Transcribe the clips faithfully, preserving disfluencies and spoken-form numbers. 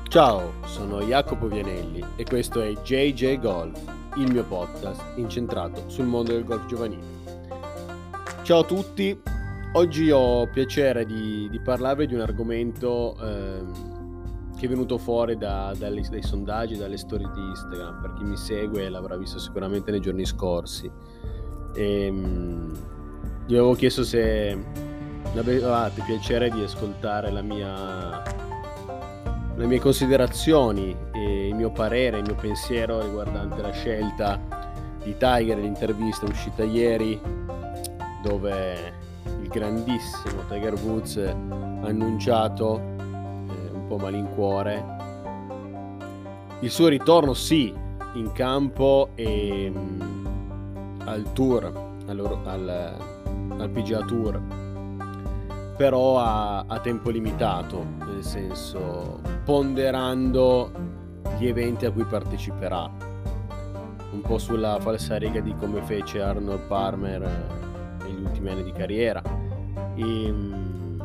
Ciao, sono Jacopo Vianelli e questo è J J Golf, il mio podcast incentrato sul mondo del golf giovanile. Ciao a tutti, oggi ho piacere di, di parlarvi di un argomento ehm, che è venuto fuori da, dalle, dai sondaggi, dalle storie di Instagram. Per chi mi segue l'avrà visto sicuramente nei giorni scorsi. E, gli avevo chiesto se avevate piacere di ascoltare la mia... le mie considerazioni e il mio parere, il mio pensiero riguardante la scelta di Tiger, l'intervista uscita ieri dove il grandissimo Tiger Woods ha annunciato eh, un po' malincuore il suo ritorno sì in campo e mh, al tour al, al, al P G A Tour, però a, a tempo limitato, nel senso ponderando gli eventi a cui parteciperà, un po' sulla falsariga di come fece Arnold Palmer eh, negli ultimi anni di carriera. E, mh,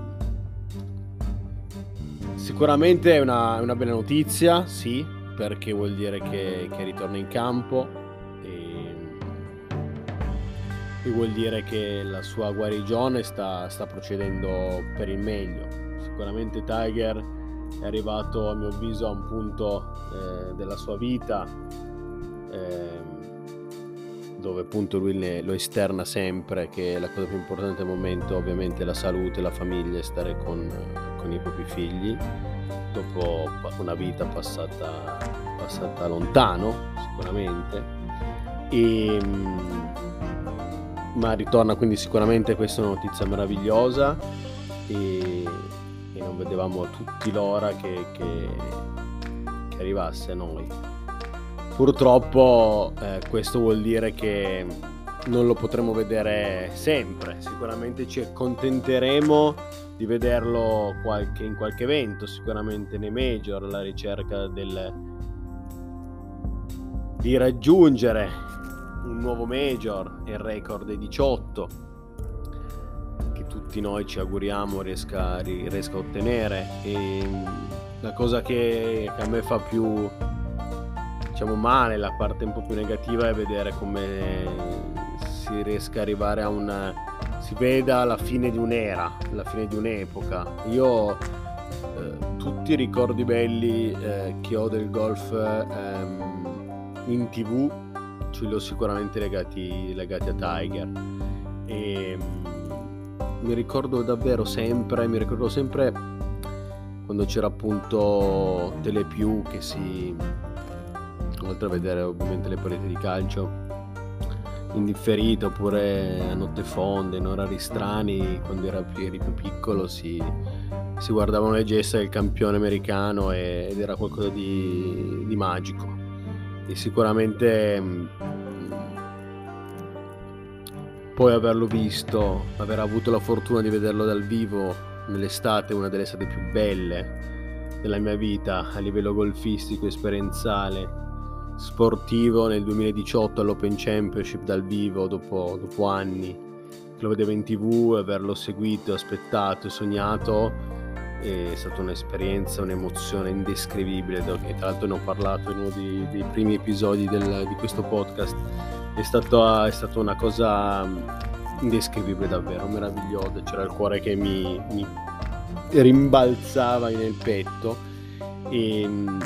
sicuramente è una, una bella notizia, sì, perché vuol dire che, che ritorna in campo e vuol dire che la sua guarigione sta, sta procedendo per il meglio. Sicuramente Tiger è arrivato, a mio avviso, a un punto eh, della sua vita eh, dove appunto lui ne, lo esterna sempre che la cosa più importante al momento ovviamente è la salute, la famiglia e stare con, con i propri figli dopo una vita passata, passata lontano sicuramente. E ma ritorna, quindi sicuramente questa è una notizia meravigliosa e, e non vedevamo tutti l'ora che, che, che arrivasse a noi. Purtroppo eh, questo vuol dire che non lo potremo vedere sempre, sicuramente ci accontenteremo di vederlo qualche, in qualche evento, sicuramente nei major, la ricerca del, di raggiungere un nuovo major, il record dei diciotto che tutti noi ci auguriamo riesca, riesca a ottenere. E la cosa che, che a me fa più diciamo male, la parte un po' più negativa, è vedere come si riesca ad arrivare a una si veda la fine di un'era, la fine di un'epoca. Io eh, tutti i ricordi belli eh, che ho del golf ehm, in tv ce li ho sicuramente legati, legati a Tiger e um, mi ricordo davvero sempre mi ricordo sempre quando c'era appunto Telepiù che si, oltre a vedere ovviamente le partite di calcio in differita oppure a notte fonde, in orari strani, quando eri più piccolo si, si guardavano le gesta del campione americano e, ed era qualcosa di, di magico. E sicuramente mh, poi averlo visto, aver avuto la fortuna di vederlo dal vivo nell'estate, una delle estate più belle della mia vita a livello golfistico, esperienziale, sportivo, nel duemiladiciotto all'Open Championship dal vivo dopo, dopo anni che lo vedevo in tv, averlo seguito, aspettato e sognato è stata un'esperienza, un'emozione indescrivibile, e tra l'altro ne ho parlato in uno dei, dei primi episodi del, di questo podcast. È stato, è stata una cosa indescrivibile, davvero meravigliosa, c'era il cuore che mi, mi rimbalzava nel petto e,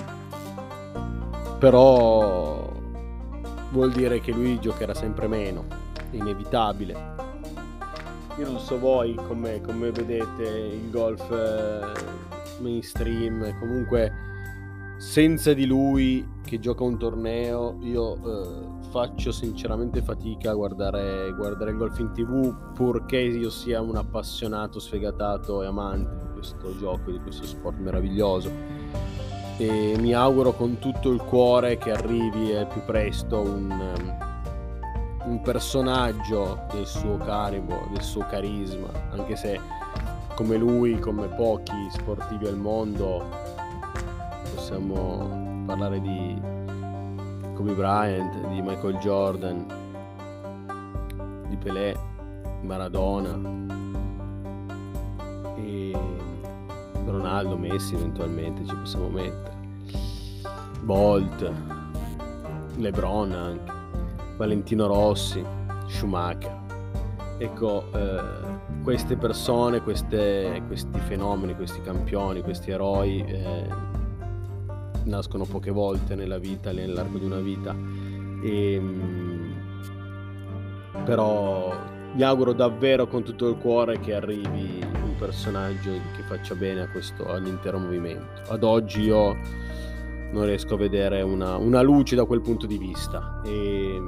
però vuol dire che lui giocherà sempre meno, è inevitabile. Io non so voi come, come vedete il golf eh, mainstream, comunque senza di lui che gioca un torneo io eh, faccio sinceramente fatica a guardare, guardare il golf in tv, purché io sia un appassionato, sfegatato e amante di questo gioco, di questo sport meraviglioso, e mi auguro con tutto il cuore che arrivi al più presto un... un personaggio del suo calibro, del suo carisma, anche se come lui, come pochi sportivi al mondo, possiamo parlare di Kobe Bryant, di Michael Jordan, di Pelé, Maradona e Ronaldo, Messi eventualmente ci possiamo mettere. Bolt, LeBron anche, Valentino Rossi, Schumacher. Ecco, eh, queste persone, queste, questi fenomeni, questi campioni, questi eroi eh, nascono poche volte nella vita, nell'arco di una vita. E, però mi auguro davvero con tutto il cuore che arrivi un personaggio che faccia bene a questo, all'intero movimento. Ad oggi io non riesco a vedere una, una luce da quel punto di vista e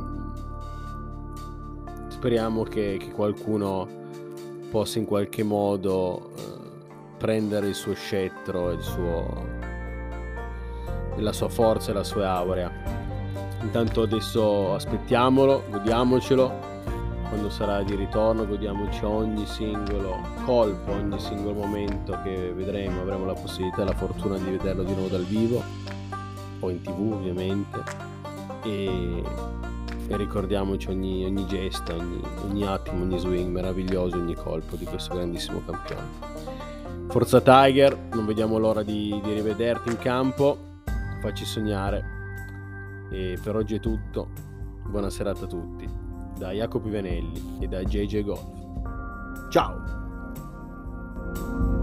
speriamo che, che qualcuno possa in qualche modo eh, prendere il suo scettro, il suo, la sua forza e la sua aurea. Intanto adesso aspettiamolo, godiamocelo. Quando sarà di ritorno godiamoci ogni singolo colpo, ogni singolo momento che vedremo, avremo la possibilità e la fortuna di vederlo di nuovo dal vivo o in tv ovviamente, e, e ricordiamoci ogni, ogni gesto, ogni, ogni attimo, ogni swing meraviglioso, ogni colpo di questo grandissimo campione. Forza Tiger, non vediamo l'ora di, di rivederti in campo, facci sognare. E per oggi è tutto, buona serata a tutti da Jacopo Vianelli e da J J Golf. Ciao!